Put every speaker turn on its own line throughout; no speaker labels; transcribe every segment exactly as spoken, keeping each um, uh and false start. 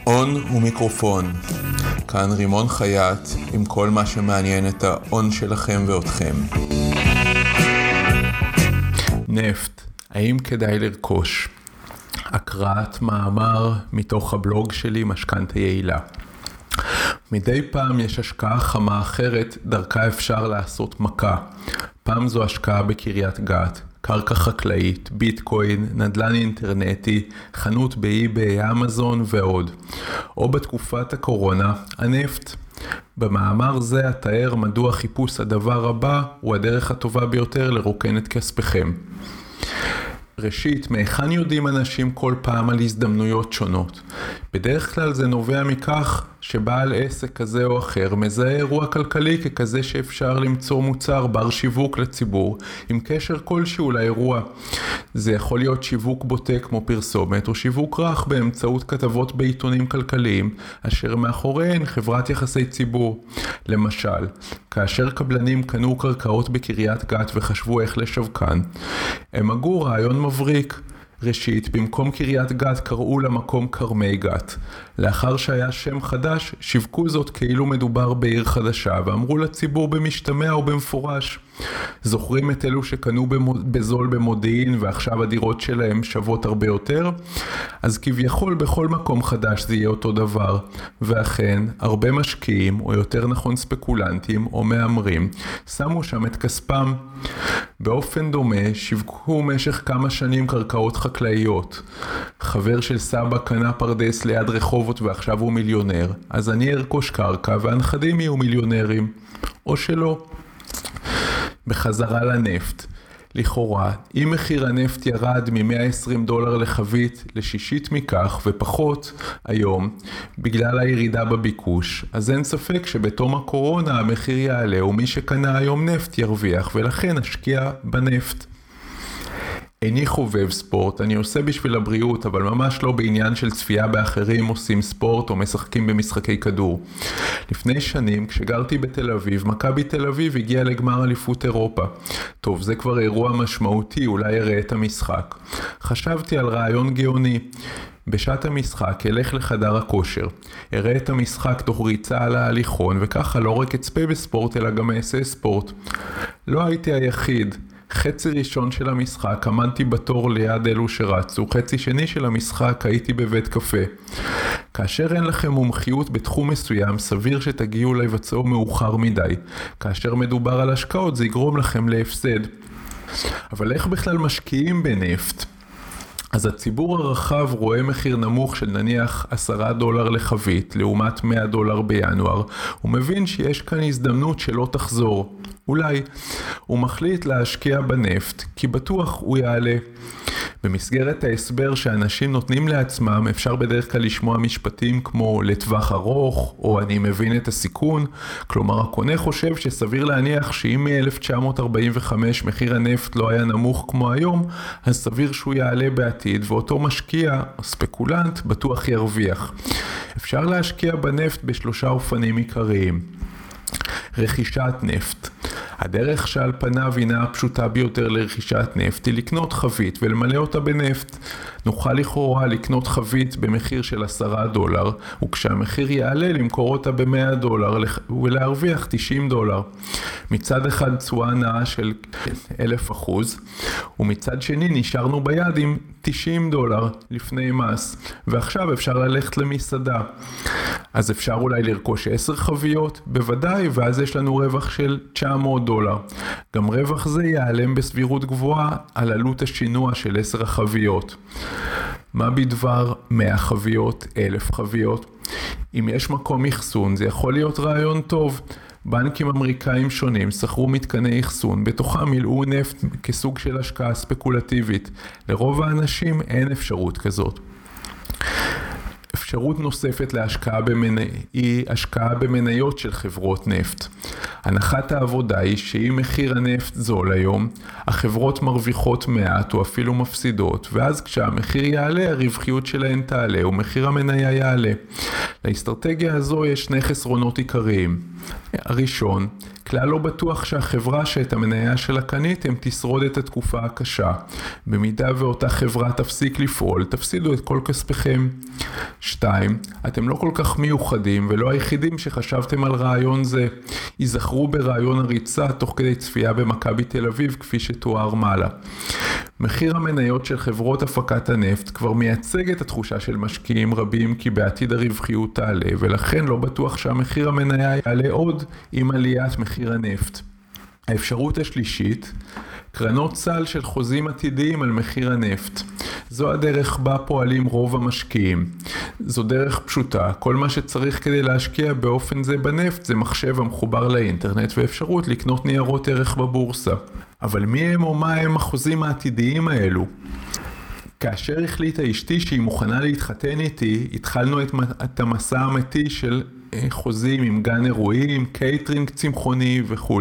און ומיקרופון. כאן רימון חייט עם כל מה שמעניין את האון שלכם ואותכם. נפט, האם כדאי לרכוש? הקראת מאמר מתוך הבלוג שלי משכנתה יעילה. מדי פעם יש השקעה חמה אחרת, דרכה אפשר לעשות מכה. פעם זו השקעה בקריית גת, קרקע חקלאית, ביטקוין, נדל"ן אינטרנטי, חנות באי-ביי, אמזון ועוד. או בתקופת הקורונה, הנפט. במאמר זה אתאר מדוע חיפוש הדבר הבא הוא הדרך הטובה ביותר לרוקן את כספכם. ראשית, מהיכן יודעים אנשים כל פעם על הזדמנויות שונות? בדרך כלל זה נובע מכך שבעל עסק כזה או אחר מזהה אירוע כלכלי ככזה שאפשר למצוא מוצר בר שיווק לציבור עם קשר כלשהו לאירוע. זה יכול להיות שיווק בוטה כמו פרסומת או שיווק רך באמצעות כתבות בעיתונים כלכליים אשר מאחוריהן חברת יחסי ציבור. למשל, כאשר קבלנים קנו קרקעות בקריית גת וחשבו איך לשווקן, הם הגו רעיון מבריק. ראשית, במקום קריית גת קראו למקום קרמי גת. לאחר שהיה שם חדש, שיווקו זאת כאילו מדובר בעיר חדשה, ואמרו לציבור במשתמע או במפורש. זוכרים את אלו שקנו בזול במודיעין ועכשיו הדירות שלהם שוות הרבה יותר? אז כביכול בכל מקום חדש זה יהיה אותו דבר. ואכן, הרבה משקיעים, או יותר נכון ספקולנטים או מאמרים, שמו שם את כספם. באופן דומה, שיווקו במשך כמה שנים קרקעות חקלאיות. חבר של סבא קנה פרדס ליד רחובות ועכשיו הוא מיליונר, אז אני ארכוש קרקע והנכדים יהיו מיליונרים. או שלא. בחזרה לנפט. לכאורה, אם מחיר הנפט ירד מ-מאה ועשרים דולר לחבית לשישית מכך ופחות היום, בגלל הירידה בביקוש, אז אין ספק שבתום הקורונה המחיר יעלה ומי שקנה היום נפט ירוויח, ולכן השקיע בנפט. איני חובב ספורט, אני עושה בשביל הבריאות, אבל ממש לא בעניין של צפייה באחרים עושים ספורט או משחקים במשחקי כדור. לפני שנים, כשגרתי בתל אביב, מכבי תל אביב הגיעה לגמר אליפות אירופה. טוב, זה כבר אירוע משמעותי, אולי אראה את המשחק. חשבתי על רעיון גאוני. בשעת המשחק אלך לחדר הכושר, אראה את המשחק תוך ריצה על ההליכון, וככה לא רק אצפה בספורט אלא גם אעשה ספורט. לא הייתי היחיד. חצי ראשון של המשחק עמדתי בתור ליד אלו שרצו, חצי שני של המשחק הייתי בבית קפה. כאשר אין לכם מומחיות בתחום מסוים, סביר שתגיעו לבצעו מאוחר מדי. כאשר מדובר על השקעות זה יגרום לכם להפסד. אבל איך בכלל משקיעים בנפט? אז הציבור הרחב רואה מחיר נמוך של נניח עשרה דולר לחבית, לעומת מאה דולר בינואר. הוא מבין שיש כאן הזדמנות שלא תחזור. אולי הוא מחליט להשקיע בנפט, כי בטוח הוא יעלה. במסגרת ההסבר שאנשים נותנים לעצמם, אפשר בדרך כלל לשמוע משפטים כמו לטווח ארוך, או אני מבין את הסיכון. כלומר, הקונה חושב שסביר להניח שאם מ-אלף תשע מאות ארבעים וחמש מחיר הנפט לא היה נמוך כמו היום, אז סביר שהוא יעלה בעתיד, ואותו משקיע, או ספקולנט, בטוח ירוויח. אפשר להשקיע בנפט בשלושה אופנים עיקריים. רכישת נפט. הדרך שעל פניו הינה הפשוטה ביותר לרכישת נפט היא לקנות חבית ולמלא אותה בנפט. נוכל לכאורה לקנות חבית במחיר של עשרה דולר, וכשהמחיר יעלה למכור אותה ב-מאה דולר ולהרוויח תשעים דולר. מצד אחד תשואה נאה של אלף אחוז, ומצד שני נשארנו ביד עם תשעים דולר לפני מס, ועכשיו אפשר ללכת למסעדה. אז אפשר אולי לרכוש עשר חביות? בוודאי, ואז יש לנו רווח של תשע מאות דולר. גם רווח זה יעלם בסבירות גבוהה על עלות השינוע של עשר החביות. מה בדבר מאה חביות, אלף חביות? אם יש מקום אחסון, זה יכול להיות רעיון טוב. בנקים אמריקאים שונים שכרו מתקני אחסון, בתוכם מילאו נפט כסוג של השקעה ספקולטיבית. לרוב האנשים אין אפשרות כזאת. אפשרות נוספת להשקעה במני... היא השקעה במניות של חברות נפט. הנחת העבודה היא שאם מחיר הנפט זול היום, החברות מרוויחות מעט או אפילו מפסידות, ואז כשהמחיר יעלה, הרווחיות שלהן תעלה ומחיר המניה יעלה. לאסטרטגיה הזו יש שני חסרונות עיקריים. הראשון, כלל לא בטוח שהחברה שאת המניה שלה קניתם תשרוד את התקופה הקשה. במידה ואותה חברה תפסיק לפעול, תפסידו את כל כספכם. שתיים, אתם לא כל כך מיוחדים ולא היחידים שחשבתם על רעיון זה. ייזכרו ברעיון הריצה תוך כדי צפייה במכבי תל אביב כפי שתואר מעלה. מחיר המניות של חברות הפקת הנפט כבר מייצג את התחושה של משקיעים רבים כי בעתיד הרווחיות תעלה, ולכן לא בטוח שהמחיר המניה יעלה עוד עם עליית מחיר הנפט. האפשרות השלישית, קרנות סל של חוזים עתידיים על מחיר הנפט. זו הדרך בה פועלים רוב המשקיעים. זו דרך פשוטה, כל מה שצריך כדי להשקיע באופן זה בנפט זה מחשב המחובר לאינטרנט ואפשרות לקנות ניירות ערך בבורסה. אבל מי הם או מה הם החוזים העתידיים האלו? כאשר החליטה אשתי שהיא מוכנה להתחתן איתי, התחלנו את, את המסע האמיתי של חוזים עם גן אירועים, קייטרינג צמחוני וכו'.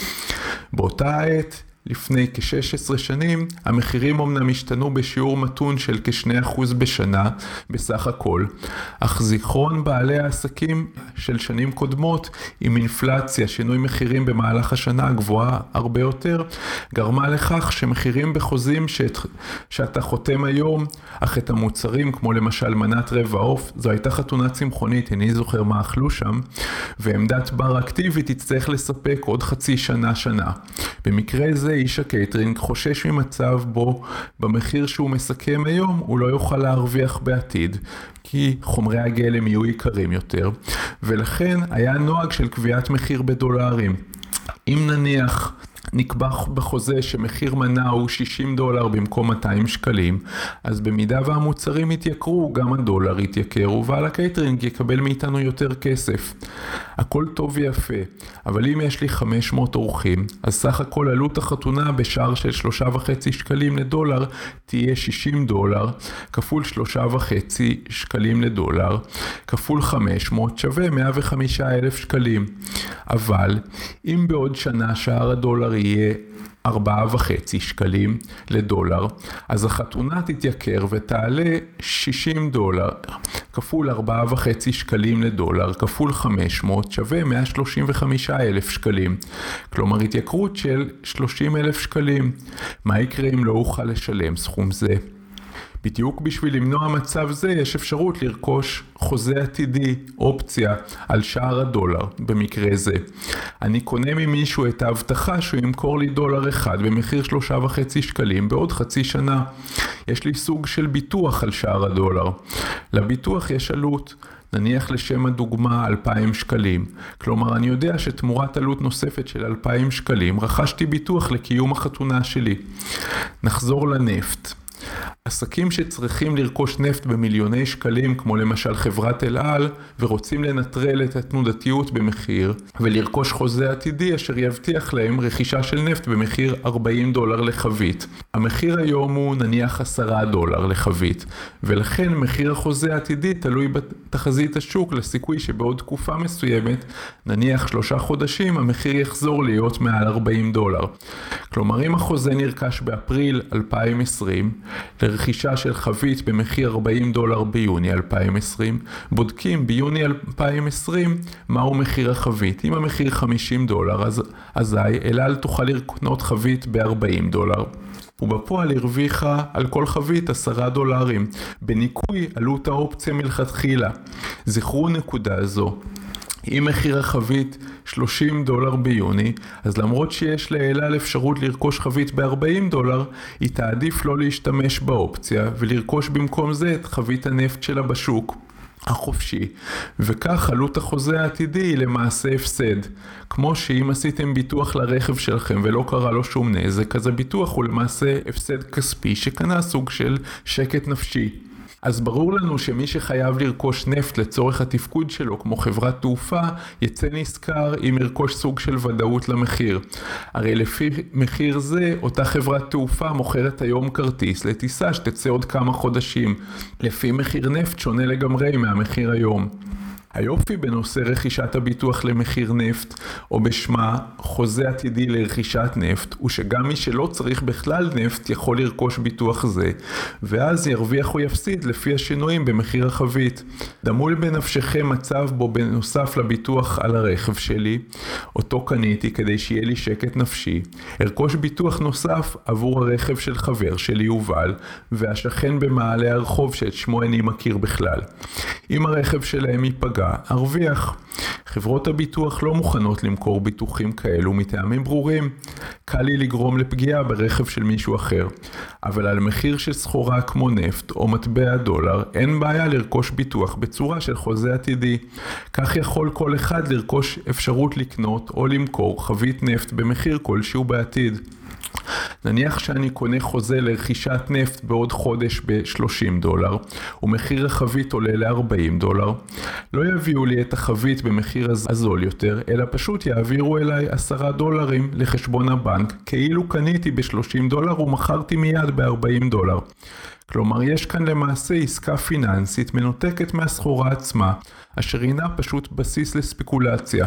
באותה עת, לפני כ-שש עשרה שנים, המחירים אומנם השתנו בשיעור מתון של כ-שני אחוז בשנה בסך הכל, אך זיכרון בעלי העסקים של שנים קודמות עם אינפלציה, שינוי מחירים במהלך השנה הגבוהה הרבה יותר, גרמה לכך שמחירים בחוזים שאת, שאתה חותם היום, אך את המוצרים כמו למשל מנת רבע עוף, זו הייתה חתונה צמחונית, אני זוכר מה אכלו שם, ועמדת בר אקטיבית תצטרך לספק עוד חצי שנה שנה. במקרה זה איש הקייטרינג חושש ממצב בו במחיר שהוא מסכם היום הוא לא יוכל להרוויח בעתיד, כי חומרי הגלם יהיו יקרים יותר, ולכן היה נוהג של קביעת מחיר בדולרים. אם נניח נקבע בחוזה שמחיר מנה הוא שישים דולר במקום מאתיים שקלים, אז במידה והמוצרים יתייקרו, גם הדולר יתייקר, ובעל הקייטרינג יקבל מאיתנו יותר כסף. הכל טוב ויפה, אבל אם יש לי חמש מאות אורחים, אז סך הכל עלות החתונה בשער של שלושה וחצי שקלים לדולר תהיה שישים דולר, כפול שלושה וחצי שקלים לדולר, כפול חמש מאות שווה מאה וחמישה אלף שקלים. אבל אם בעוד שנה שער הדולר יהיה ארבעה וחצי שקלים לדולר, אז החתונה תתייקר ותעלה שישים דולר, כפול ארבעה וחצי שקלים לדולר, כפול חמש מאות שווה מאה שלושים וחמישה אלף שקלים. כלומר התייקרות של שלושים אלף שקלים. מה יקרה אם לא אוכל לשלם סכום זה? בדיוק בשביל למנוע מצב זה יש אפשרות לרכוש חוזה עתידי, אופציה, על שער הדולר במקרה זה. אני קונה ממישהו את ההבטחה שהוא ימכור לי דולר אחד במחיר שלושה וחצי שקלים בעוד חצי שנה. יש לי סוג של ביטוח על שער הדולר. לביטוח יש עלות. נניח לשם הדוגמה אלפיים שקלים. כלומר, אני יודע שתמורת עלות נוספת של אלפיים שקלים רכשתי ביטוח לקיום החתונה שלי. נחזור לנפט. עסקים שצריכים לרכוש נפט במיליוני שקלים, כמו למשל חברת אל על, ורוצים לנטרל את התנודתיות במחיר, ולרכוש חוזה עתידי אשר יבטיח להם רכישה של נפט במחיר ארבעים דולר לחבית. המחיר היום הוא נניח עשרה דולר לחבית, ולכן מחיר החוזה העתידי תלוי בתחזית השוק לסיכוי שבעוד תקופה מסוימת, נניח שלושה חודשים, המחיר יחזור להיות מעל ארבעים דולר. כלומר, אם החוזה נרכש באפריל אלפיים עשרים, לרכישה של חבית במחיר ארבעים דולר ביוני אלפיים עשרים, בודקים ביוני אלפיים עשרים מהו מחיר החבית. אם המחיר חמישים דולר, אז אזי אל על תוכל לקנות חבית ב-ארבעים דולר. ובפועל הרוויחה על כל חבית עשרה דולרים, בניקוי עלות האופציה מלכתחילה. זכרו נקודה זו. אם מחיר החבית שלושים דולר ביוני, אז למרות שיש לאל על אפשרות לרכוש חבית ב-ארבעים דולר, היא תעדיף לא להשתמש באופציה ולרכוש במקום זה את חבית הנפט שלה בשוק החופשי, וכך עלות החוזה העתידי היא למעשה הפסד. כמו שאם עשיתם ביטוח לרכב שלכם ולא קרה לו שום נזק, אז הביטוח הוא למעשה הפסד כספי שקנה סוג של שקט נפשי. אז ברור לנו שמי שחייב לרכוש נפט לצורך התפקוד שלו, כמו חברת תעופה, יצא נזכר אם ירכוש סוג של ודאות למחיר. הרי לפי מחיר זה, אותה חברת תעופה מוכרת היום כרטיס לטיסה שתצא עוד כמה חודשים. לפי מחיר נפט שונה לגמרי מהמחיר היום. היופי בנושא רכישת הביטוח למחיר נפט, או בשמה חוזה עתידי לרכישת נפט, הוא שגם מי שלא צריך בכלל נפט יכול לרכוש ביטוח זה, ואז ירוויח או יפסיד לפי השינויים במחיר החבית. דמול בנפשכם מצב בו בנוסף לביטוח על הרכב שלי, אותו קניתי כדי שיהיה לי שקט נפשי, ארכוש ביטוח נוסף עבור הרכב של חבר שלי יובל, והשכן במעלה הרחוב שאת שמו איני מכיר בכלל. אם הרכב שלהם ייפגע, הרוויח. חברות הביטוח לא מוכנות למכור ביטוחים כאלו מטעמים ברורים. קל לי לגרום לפגיעה ברכב של מישהו אחר. אבל על מחיר של סחורה כמו נפט או מטבע דולר, אין בעיה לרכוש ביטוח בצורה של חוזה עתידי. כך יכול כל אחד לרכוש אפשרות לקנות או למכור חבית נפט במחיר כלשהו בעתיד. נניח שאני קונה חוזה לרכישת נפט בעוד חודש ב-שלושים דולר, ומחיר החבית עולה ל-ארבעים דולר. לא יביאו לי את החבית במחיר הזול יותר, אלא פשוט יעבירו אליי עשרה דולרים לחשבון הבנק, כאילו קניתי ב-שלושים דולר ומכרתי מיד ב-ארבעים דולר. כלומר, יש כאן למעשה עסקה פיננסית מנותקת מהסחורה עצמה, אשר הינה פשוט בסיס לספקולציה.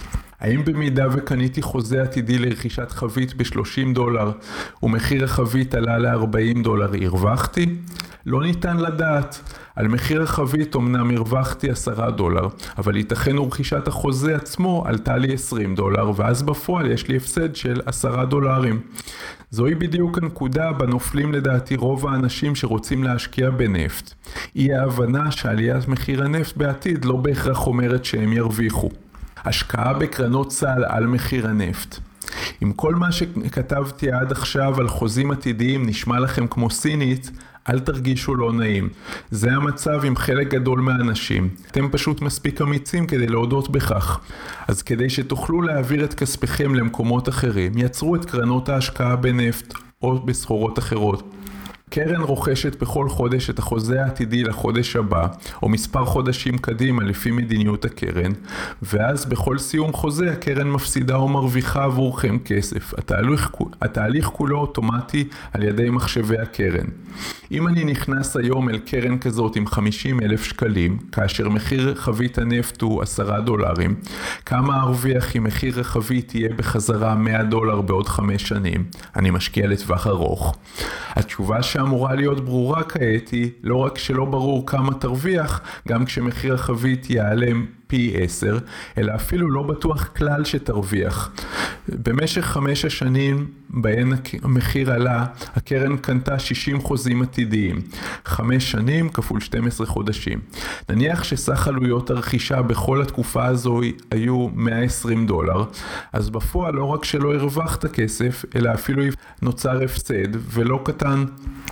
האם במידה וקניתי חוזה עתידי לרכישת חבית ב-שלושים דולר ומחיר החבית עלה ל-ארבעים דולר, הרווחתי? לא ניתן לדעת. על מחיר החבית אמנם הרווחתי עשרה דולר, אבל ייתכן ורכישת החוזה עצמו עלתה לי עשרים דולר, ואז בפועל יש לי הפסד של עשרה דולרים. זוהי בדיוק הנקודה בה נופלים לדעתי רוב האנשים שרוצים להשקיע בנפט. היא ההבנה שעליית מחיר הנפט בעתיד לא בהכרח אומרת שהם ירוויחו. השקעה בקרנות סל על מחיר הנפט. אם כל מה שכתבתי עד עכשיו על חוזים עתידיים נשמע לכם כמו סינית, אל תרגישו לא נעים. זה המצב עם חלק גדול מהאנשים. אתם פשוט מספיק אמיצים כדי להודות בכך. אז כדי שתוכלו להעביר את כספיכם למקומות אחרים, יצרו את קרנות ההשקעה בנפט או בסחורות אחרות. קרן רוכשת בכל חודש את החוזה העתידי לחודש הבא, או מספר חודשים קדימה לפי מדיניות הקרן, ואז בכל סיום חוזה הקרן מפסידה או מרוויחה עבורכם כסף. התהליך, התהליך כולו אוטומטי על ידי מחשבי הקרן. אם אני נכנס היום אל קרן כזאת עם חמישים אלף שקלים, כאשר מחיר חבית הנפט הוא עשרה דולרים, כמה ארוויח אם מחיר החבית יהיה בחזרה מאה דולר בעוד חמש שנים? אני משקיע לטווח ארוך. התשובה שאמורה להיות ברורה כעת היא לא רק שלא ברור כמה תרוויח, גם כשמחיר החבית יעלם פי עשר, אלא אפילו לא בטוח כלל שתרוויח. במשך חמש השנים בהן המחיר עלה, הקרן קנתה שישים חוזים עתידיים. חמש שנים כפול שנים עשר חודשים. נניח שסך עלויות הרכישה בכל התקופה הזו היו מאה ועשרים דולר, אז בפועל לא רק שלא הרווחת כסף, אלא אפילו נוצר הפסד ולא קטן.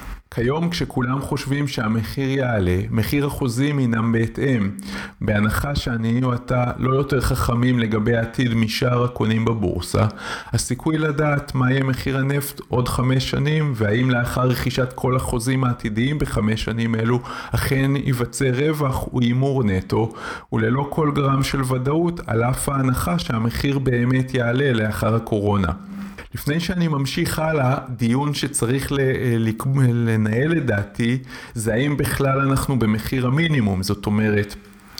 כיום כשכולם חושבים שהמחיר יעלה, מחיר החוזים אינם בהתאם, בהנחה שאני או אתה לא יותר חכמים לגבי העתיד משאר הקונים בבורסה, הסיכוי לדעת מה יהיה מחיר הנפט עוד חמש שנים, והאם לאחר רכישת כל החוזים העתידיים בחמש שנים אלו אכן ייווצר רווח הוא הימור נטו, וללא כל גרם של ודאות על אף ההנחה שהמחיר באמת יעלה לאחר הקורונה. לפני שאני ממשיך הלאה, דיון שצריך לנהל לדעתי, זה האם בכלל אנחנו במחיר המינימום. זאת אומרת,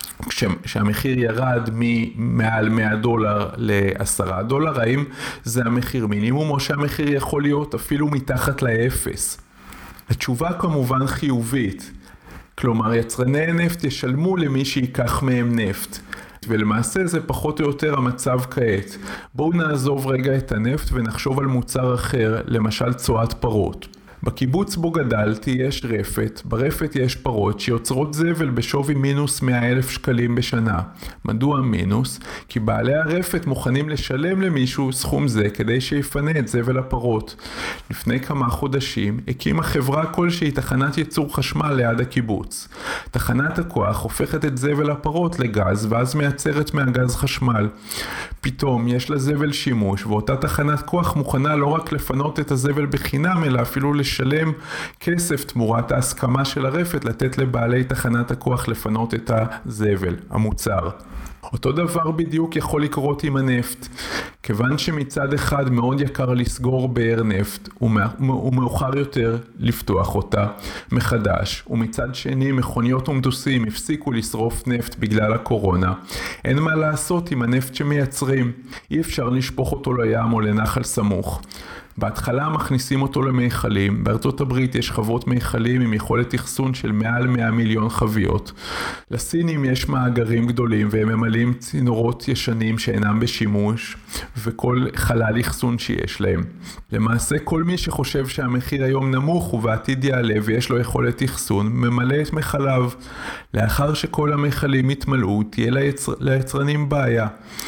כשהמחיר ירד ממעל מאה דולר ל-עשרה דולר, האם זה המחיר מינימום או שהמחיר יכול להיות אפילו מתחת לאפס? התשובה כמובן חיובית. כלומר, יצרני נפט ישלמו למי שיקח מהם נפט. ולמעשה זה פחות או יותר המצב כעת. בואו נעזוב רגע את הנפט ונחשוב על מוצר אחר, למשל צואת פרות. בקיבוץ בו גדלתי יש רפת, ברפת יש פרות שיוצרות זבל בשווי מינוס מאה אלף שקלים בשנה. מדוע מינוס? כי בעלי הרפת מוכנים לשלם למישהו סכום זה כדי שיפנה את זבל הפרות. לפני כמה חודשים הקימה חברה כלשהי תחנת ייצור חשמל ליד הקיבוץ. תחנת הכוח הופכת את זבל הפרות לגז ואז מייצרת מהגז חשמל. פתאום יש לה זבל שימוש ואותה תחנת כוח מוכנה לא רק לפנות את הזבל בחינם אלא אפילו לשלם כסף תמורת ההסכמה של הרפת לתת לבעלי תחנת הכוח לפנות את הזבל, המוצר. אותו דבר בדיוק יכול לקרות עם הנפט. כיוון שמצד אחד מאוד יקר לסגור באר נפט ומאוחר יותר לפתוח אותה מחדש, ומצד שני מכוניות ומטוסים הפסיקו לשרוף נפט בגלל הקורונה, אין מה לעשות עם הנפט שמייצרים. אי אפשר לשפוך אותו לים או לנחל סמוך. בהתחלה מכניסים אותו למיכלים. בארצות הברית יש חברות מיכלים עם יכולת אחסון של מעל מאה מיליון חביות. לסינים יש מאגרים גדולים והם ממלאים מכלים צינורות ישנים שאינם בשימוש, וכל חלל אחסון שיש להם. למעשה כל מי שחושב שהמחיר היום נמוך ובעתיד יעלה ויש לו יכולת אחסון, ממלא את מחליו. לאחר שכל המכלים יתמלאו, תהיה ליצר... ליצרנים בעיה.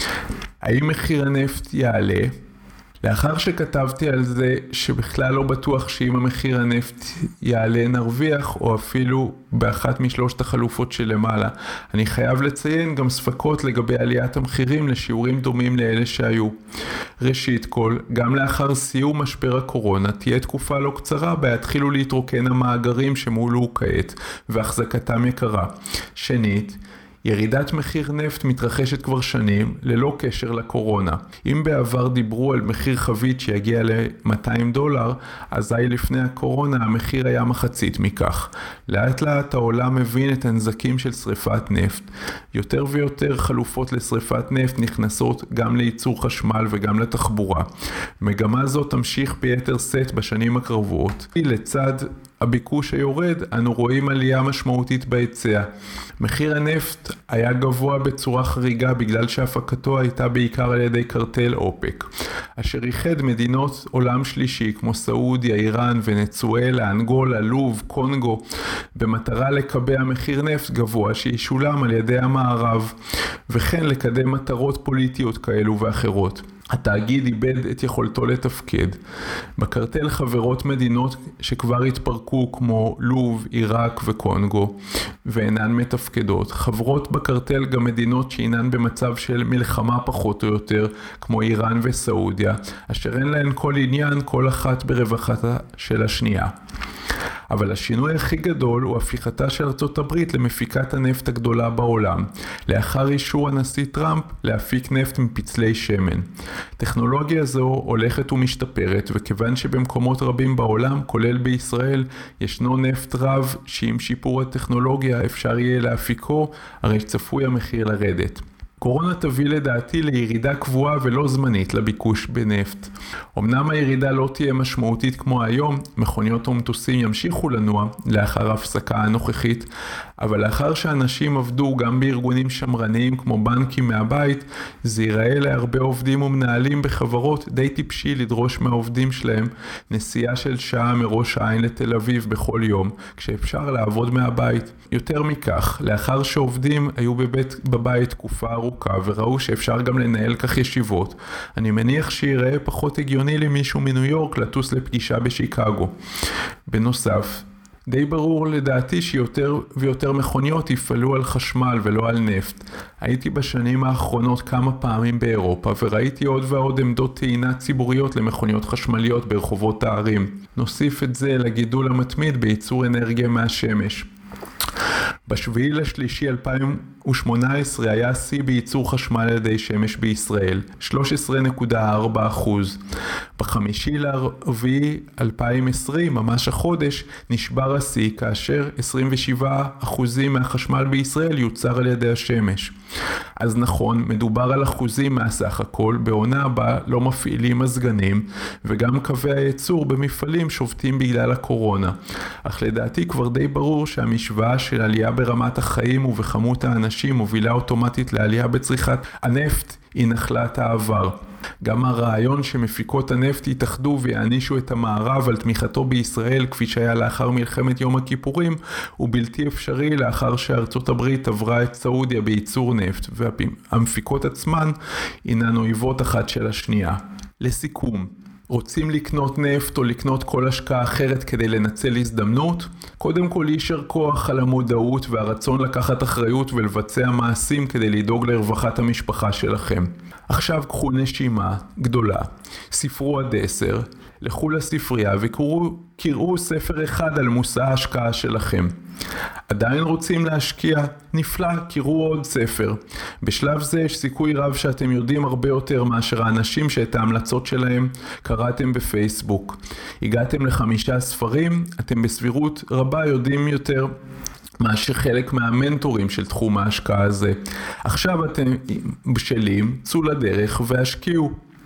האם מחיר הנפט יעלה? לאחר שכתבתי על זה שבכלל לא בטוח שאם המחיר הנפט יעלה נרוויח, או אפילו באחת משלושת החלופות שלמעלה, אני חייב לציין גם ספקות לגבי עליית המחירים לשיעורים דומים לאלה שהיו. ראשית כל, גם לאחר סיום משבר הקורונה תהיה תקופה לא קצרה בה יתחילו להתרוקן המאגרים שמולאו כעת, והחזקתם יקרה. שנית, ירידת מחיר נפט מתרחשת כבר שנים ללא קשר לקורונה. אם בעבר דיברו על מחיר חבית שיגיע ל-מאתיים דולר, אזי לפני הקורונה המחיר היה מחצית מכך. לאט לאט העולם מבין את הנזקים של שריפת נפט. יותר ויותר חלופות לשריפת נפט נכנסות גם לייצור חשמל וגם לתחבורה. מגמה זו תמשיך ביתר סט בשנים הקרבות. לצד הביקוש היורד, אנו רואים עלייה משמעותית בהיצע. מחיר הנפט היה גבוה בצורה חריגה בגלל שהפקתו הייתה בעיקר על ידי קרטל אופק, אשר ייחד מדינות עולם שלישי כמו סעודיה, איראן, ונצואלה, אנגולה, לוב, קונגו, במטרה לקבע מחיר נפט גבוה שישולם על ידי המערב, וכן לקדם מטרות פוליטיות כאלו ואחרות. התאגיד איבד את יכולתו לתפקד. בקרטל חברות מדינות שכבר התפרקו כמו לוב, עיראק וקונגו, ואינן מתפקדות. חברות בקרטל גם מדינות שאינן במצב של מלחמה פחות או יותר, כמו איראן וסעודיה, אשר אין להן כל עניין, כל אחת ברווחתה של השנייה. אבל השינוי הכי גדול הוא הפיכתה של ארצות הברית למפיקת הנפט הגדולה בעולם, לאחר אישור הנשיא טראמפ להפיק נפט מפצלי שמן. טכנולוגיה זו הולכת ומשתפרת, וכיוון שבמקומות רבים בעולם, כולל בישראל, ישנו נפט רב שעם שיפור הטכנולוגיה אפשר יהיה להפיקו, הרי צפוי המחיר לרדת. קורונה תביא לדעתי לירידה קבועה ולא זמנית לביקוש בנפט. אמנם הירידה לא תהיה משמעותית כמו היום, מכוניות ומטוסים ימשיכו לנוע לאחר ההפסקה הנוכחית, אבל לאחר שאנשים עבדו גם בארגונים שמרניים כמו בנקים מהבית, זה ייראה להרבה עובדים ומנהלים בחברות די טיפשי לדרוש מהעובדים שלהם נסיעה של שעה מראש העין לתל אביב בכל יום, כשאפשר לעבוד מהבית. יותר מכך, לאחר שעובדים היו בבית, בבית תקופה ארוכה, וראו שאפשר גם לנהל כך ישיבות, אני מניח שיראה פחות הגיוני למישהו מניו יורק לטוס לפגישה בשיקגו. בנוסף, די ברור לדעתי שיותר ויותר מכוניות יפעלו על חשמל ולא על נפט. הייתי בשנים האחרונות כמה פעמים באירופה וראיתי עוד ועוד עמדות טעינה ציבוריות למכוניות חשמליות ברחובות הערים. נוסיף את זה לגידול המתמיד בייצור אנרגיה מהשמש. בשביעי לשלישי אלפיים ושמונה עשרה היה שיא בייצור חשמל על ידי שמש בישראל, שלוש עשרה נקודה ארבע אחוז. בחמישי לרביעי אלפיים ועשרים, ממש החודש, נשבר השיא כאשר עשרים ושבעה אחוזים מהחשמל בישראל יוצר על ידי השמש. אז נכון, מדובר על אחוזים מהסך הכל, בעונה הבאה לא מפעילים מזגנים, וגם קווי הייצור במפעלים שובתים בגלל הקורונה. אך לדעתי כבר די ברור שהמשוואה של עלייה ברמת החיים ובכמות האנשים מובילה אוטומטית לעלייה בצריכת הנפט היא נחלת העבר. גם הרעיון שמפיקות הנפט יתאחדו ויענישו את המערב על תמיכתו בישראל כפי שהיה לאחר מלחמת יום הכיפורים הוא בלתי אפשרי לאחר שארצות הברית עברה את סעודיה בייצור נפט והמפיקות עצמן אינן אויבות אחת של השנייה. לסיכום, רוצים לקנות נפט או לקנות כל השקעה אחרת כדי לנצל הזדמנות? קודם כל יישר כוח על המודעות והרצון לקחת אחריות ולבצע מעשים כדי לדאוג לרווחת המשפחה שלכם. עכשיו קחו נשימה גדולה, ספרו עד עשר, לכו לספרייה וקראו ספר אחד על מושא ההשקעה שלכם. עדיין רוצים להשקיע? נפלא, קראו עוד ספר. בשלב זה יש סיכוי רב שאתם יודעים הרבה יותר מאשר האנשים שאת ההמלצות שלהם קראתם בפייסבוק. הגעתם לחמישה ספרים, אתם בסבירות רבה יודעים יותר מאשר חלק מהמנטורים של תחום ההשקעה הזה. עכשיו אתם בשלים, צאו לדרך והשקיעו.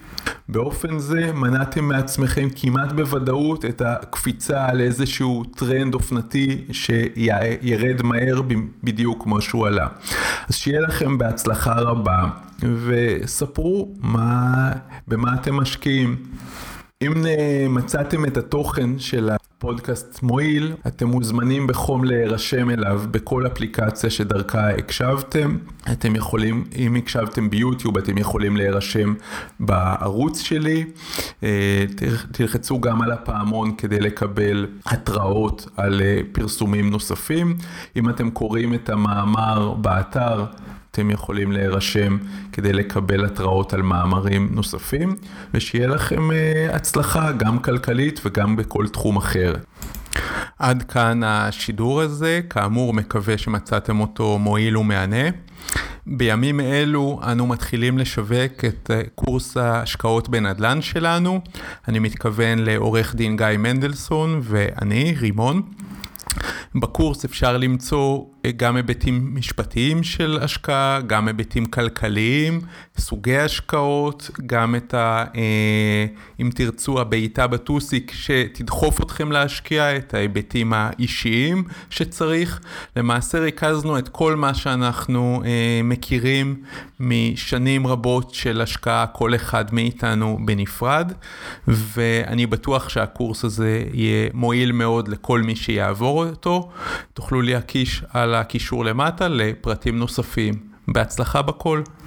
באופן זה מנעתם מעצמכם כמעט בוודאות את הקפיצה על איזשהו טרנד אופנתי שירד מהר בדיוק כמו שהוא עלה. אז שיהיה לכם בהצלחה רבה, וספרו מה, במה אתם משקיעים. אם מצאתם את התוכן של הפודקאסט מועיל, אתם מוזמנים בחום להירשם אליו בכל אפליקציה שדרכה הקשבתם. אתם יכולים, אם הקשבתם ביוטיוב, אתם יכולים להירשם בערוץ שלי. תלחצו גם על הפעמון כדי לקבל התראות על פרסומים נוספים. אם אתם קוראים את המאמר באתר, אתם יכולים להירשם כדי לקבל התראות על מאמרים נוספים, ושיהיה לכם הצלחה גם כלכלית וגם בכל תחום אחר. עד כאן השידור הזה, כאמור מקווה שמצאתם אותו מועיל ומענה. בימים אלו אנו מתחילים לשווק את קורס ההשקעות בנדל"ן שלנו. אני מתכוון לעורך דין גיא מנדלסון ואני, רימון. בקורס אפשר למצוא גם היבטים משפטיים של השקעה, גם היבטים כלכליים, סוגי השקעות, גם את ה, אם תרצו, הבעיטה בטוסיק שתדחוף אתכם להשקיע, את ההיבטים האישיים שצריך. למעשה ריכזנו את כל מה שאנחנו מכירים משנים רבות של השקעה, כל אחד מאיתנו בנפרד, ואני בטוח שהקורס הזה יהיה מועיל מאוד לכל מי שיעבור אותו. תוכלו להקיש על הקישור למטה לפרטים נוספים. בהצלחה בכל.